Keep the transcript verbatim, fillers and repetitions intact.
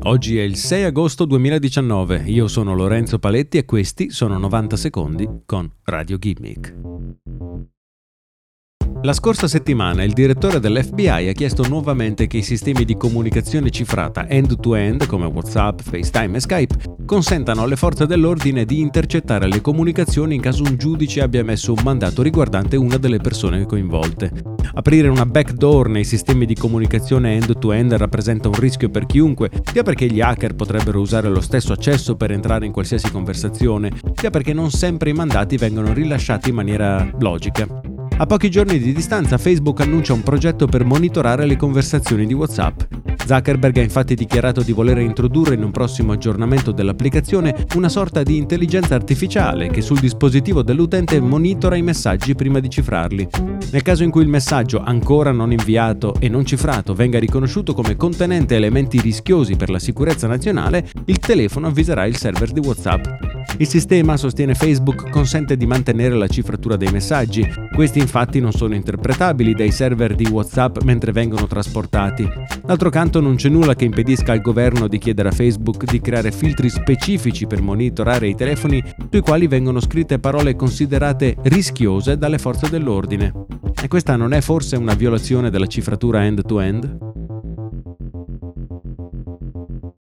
Oggi è il sei agosto duemiladiciannove, io sono Lorenzo Paletti e questi sono novanta secondi con Radio Gimmick. La scorsa settimana il direttore dell'F B I ha chiesto nuovamente che i sistemi di comunicazione cifrata end-to-end come WhatsApp, FaceTime e Skype consentano alle forze dell'ordine di intercettare le comunicazioni in caso un giudice abbia emesso un mandato riguardante una delle persone coinvolte. Aprire una backdoor nei sistemi di comunicazione end-to-end rappresenta un rischio per chiunque, sia perché gli hacker potrebbero usare lo stesso accesso per entrare in qualsiasi conversazione, sia perché non sempre i mandati vengono rilasciati in maniera logica. A pochi giorni di distanza Facebook annuncia un progetto per monitorare le conversazioni di WhatsApp. Zuckerberg ha infatti dichiarato di voler introdurre in un prossimo aggiornamento dell'applicazione una sorta di intelligenza artificiale che sul dispositivo dell'utente monitora i messaggi prima di cifrarli. Nel caso in cui il messaggio ancora non inviato e non cifrato venga riconosciuto come contenente elementi rischiosi per la sicurezza nazionale, il telefono avviserà il server di WhatsApp. Il sistema, sostiene Facebook, consente di mantenere la cifratura dei messaggi. Questi infatti non sono interpretabili dai server di WhatsApp mentre vengono trasportati. D'altro canto non c'è nulla che impedisca al governo di chiedere a Facebook di creare filtri specifici per monitorare i telefoni sui quali vengono scritte parole considerate rischiose dalle forze dell'ordine. E questa non è forse una violazione della cifratura end-to-end?